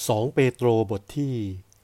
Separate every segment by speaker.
Speaker 1: 2เปโตรบทที่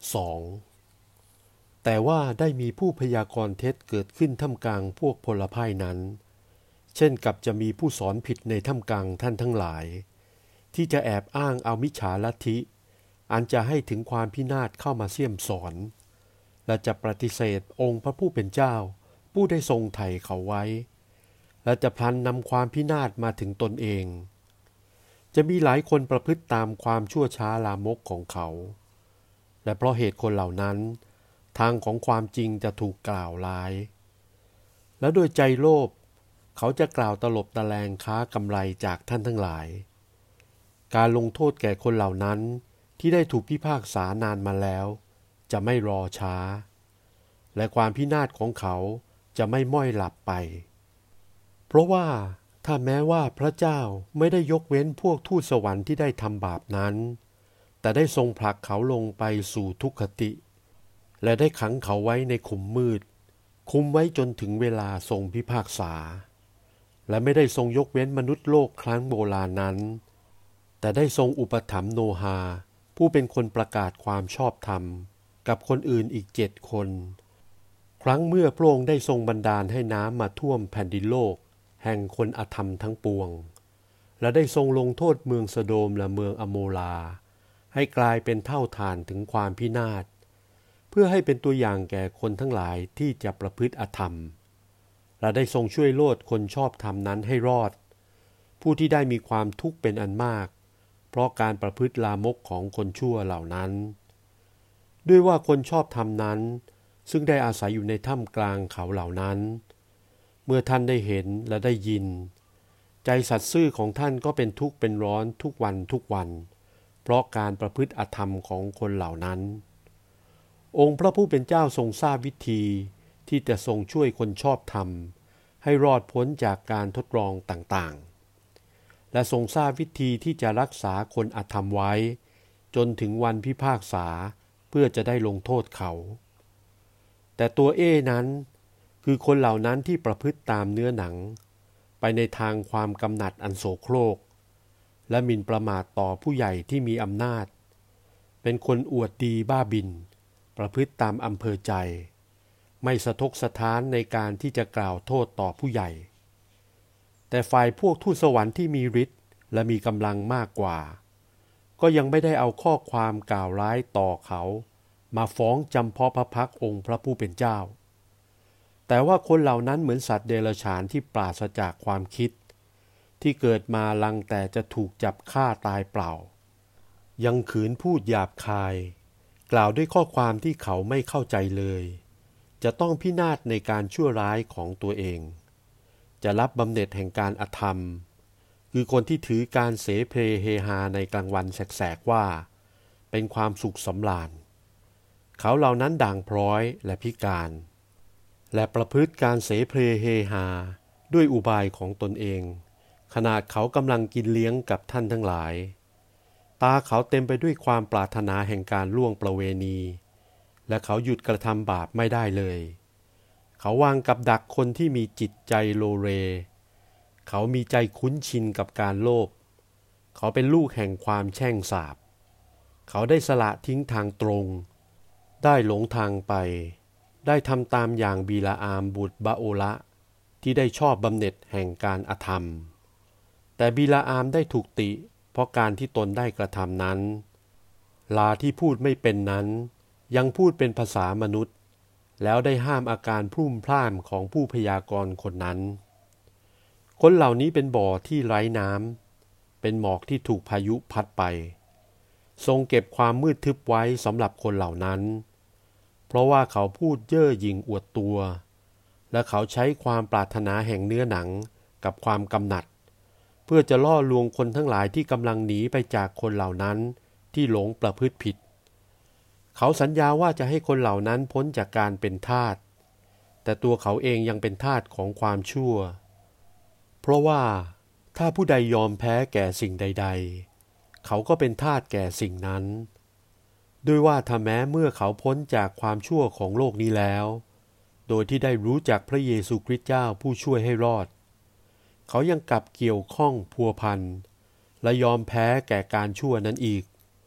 Speaker 1: 2แต่ว่าได้มีผู้พยากรณ์เท็จเกิดขึ้นท่ามกลางพวกพลพ่ายนั้นเช่นกับจะมีผู้สอนผิดในท่ามกลางท่านทั้งหลายที่จะแอบอ้างเอามิจฉาลัทธิอันจะให้ถึงความพินาศเข้ามาเสี่ยมสอนและจะปฏิเสธองค์พระผู้เป็นเจ้าผู้ได้ทรงไถ่เขาไว้และจะพลันนำความพินาศมาถึงตนเองจะมีหลายคนประพฤติตามความชั่วช้าลามกของเขาและเพราะเหตุคนเหล่านั้นทางของความจริงจะถูกกล่าวร้ายและโดยใจโลภเขาจะกล่าวตลบตะแลงค้ากำไรจากท่านทั้งหลายการลงโทษแก่คนเหล่านั้นที่ได้ถูกพิพากษานานมาแล้วจะไม่รอช้าและความพินาศของเขาจะไม่ม้อยหลับไปเพราะว่าถ้าแม้ว่าพระเจ้าไม่ได้ยกเว้นพวกทูตสวรรค์ที่ได้ทำบาปนั้นแต่ได้ทรงผลักเขาลงไปสู่ทุกขติและได้ขังเขาไว้ในขุมมืดคุมไว้จนถึงเวลาทรงพิพากษาและไม่ได้ทรงยกเว้นมนุษย์โลกครั้งโบราณนั้นแต่ได้ทรงอุปถัมภ์โนฮาผู้เป็นคนประกาศความชอบธรรมกับคนอื่นอีก7 คนครั้งเมื่อพระองค์ได้ทรงบันดาลให้น้ำมาท่วมแผ่นดินโลกแห่งคนอธรรมทั้งปวงและได้ทรงลงโทษเมืองสโดมและเมืองอโมราให้กลายเป็นเท่าฐานถึงความพินาศเพื่อให้เป็นตัวอย่างแก่คนทั้งหลายที่จะประพฤติอธรรมและได้ทรงช่วยโลดคนชอบธรรมนั้นให้รอดผู้ที่ได้มีความทุกข์เป็นอันมากเพราะการประพฤติลามกของคนชั่วเหล่านั้นด้วยว่าคนชอบธรรมนั้นซึ่งได้อาศัยอยู่ในถ้ำกลางเขาเหล่านั้นเมื่อท่านได้เห็นและได้ยินใจสัตย์ซื่อของท่านก็เป็นทุกข์เป็นร้อนทุกวันเพราะการประพฤติอธรรมของคนเหล่านั้นองค์พระผู้เป็นเจ้าทรงทราบวิธีที่จะทรงช่วยคนชอบธรรมให้รอดพ้นจากการทดลองต่างๆและทรงทราบวิธีที่จะรักษาคนอธรรมไว้จนถึงวันพิพากษาเพื่อจะได้ลงโทษเขาแต่ตัวนั้นคือคนเหล่านั้นที่ประพฤติตามเนื้อหนังไปในทางความกำหนัดอันโสโครกและหมิ่นประมาทต่อผู้ใหญ่ที่มีอำนาจเป็นคนอวดดีบ้าบินประพฤติตามอำเภอใจไม่สะทกสะท้านในการที่จะกล่าวโทษต่อผู้ใหญ่แต่ฝ่ายพวกทูตสวรรค์ที่มีฤทธิ์และมีกำลังมากกว่าก็ยังไม่ได้เอาข้อความกล่าวร้ายต่อเขามาฟ้องจำเพาะพระพักองค์พระผู้เป็นเจ้าแต่ว่าคนเหล่านั้นเหมือนสัตว์เดรัจฉานที่ปราศจากความคิดที่เกิดมาลังแต่จะถูกจับฆ่าตายเปล่ายังขืนพูดหยาบคายกล่าวด้วยข้อความที่เขาไม่เข้าใจเลยจะต้องพินาศในการชั่วร้ายของตัวเองจะรับบำเหน็จแห่งการอธรรมคือคนที่ถือการเสเพลเฮฮาในกลางวันแสกๆว่าเป็นความสุขสำราญเขาเหล่านั้นด่างพร้อยและพิการและประพฤติการเสเพลเฮฮาด้วยอุบายของตนเองขณะเขากำลังกินเลี้ยงกับท่านทั้งหลายตาเขาเต็มไปด้วยความปรารถนาแห่งการล่วงประเวณีและเขาหยุดกระทำบาปไม่ได้เลยเขาวางกับดักคนที่มีจิตใจโลเรเขามีใจคุ้นชินกับการโลภเขาเป็นลูกแห่งความแช่งสาปเขาได้สละทิ้งทางตรงได้หลงทางไปได้ทำตามอย่างบีลาอามบุตรบาโอละที่ได้ชอบบำเหน็จแห่งการอธรรมแต่บีลาอามได้ถูกติเพราะการที่ตนได้กระทำนั้นลาที่พูดไม่เป็นนั้นยังพูดเป็นภาษามนุษย์แล้วได้ห้ามอาการพรุ่มพร่านของผู้พยากรณ์คนนั้นคนเหล่านี้เป็นบ่อที่ไร้น้ำเป็นหมอกที่ถูกพายุพัดไปทรงเก็บความมืดทึบไว้สำหรับคนเหล่านั้นเพราะว่าเขาพูดเย่อหยิ่งอวดตัวและเขาใช้ความปรารถนาแห่งเนื้อหนังกับความกำหนัดเพื่อจะล่อลวงคนทั้งหลายที่กำลังหนีไปจากคนเหล่านั้นที่หลงประพฤติผิดเขาสัญญาว่าจะให้คนเหล่านั้นพ้นจากการเป็นทาสแต่ตัวเขาเองยังเป็นทาสของความชั่วเพราะว่าถ้าผู้ใดยอมแพ้แก่สิ่งใดๆเขาก็เป็นทาสแก่สิ่งนั้นด้วยว่าถ้าแม้เมื่อเขาพ้นจากความชั่วของโลกนี้แล้วโดยที่ได้รู้จักพระเยซูคริสต์เจ้าผู้ช่วยให้รอดเขายังกลับเกี่ยวข้องพัวพันและยอมแพ้แก่การชั่วนั้นอีก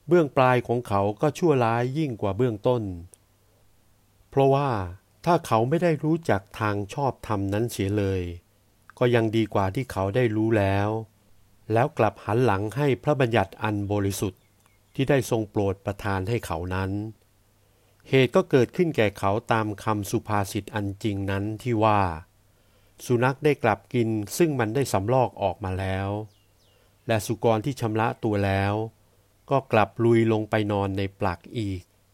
Speaker 1: เบื้องปลายของเขาก็ชั่วร้ายยิ่งกว่าเบื้องต้นเพราะว่าถ้าเขาไม่ได้รู้จักทางชอบธรรมนั้นเสียเลยก็ยังดีกว่าที่เขาได้รู้แล้วกลับหันหลังให้พระบัญญัติอันบริสุทธิ์ที่ได้ทรงโปรดประทานให้เขานั้นเหตุก็เกิดขึ้นแก่เขาตามคำสุภาษิตอันจริงนั้นที่ว่าสุนัขได้กลับกินซึ่งมันได้สำลอกออกมาแล้วและสุกรที่ชำระตัวแล้วก็กลับลุยลงไปนอนในปลักอีก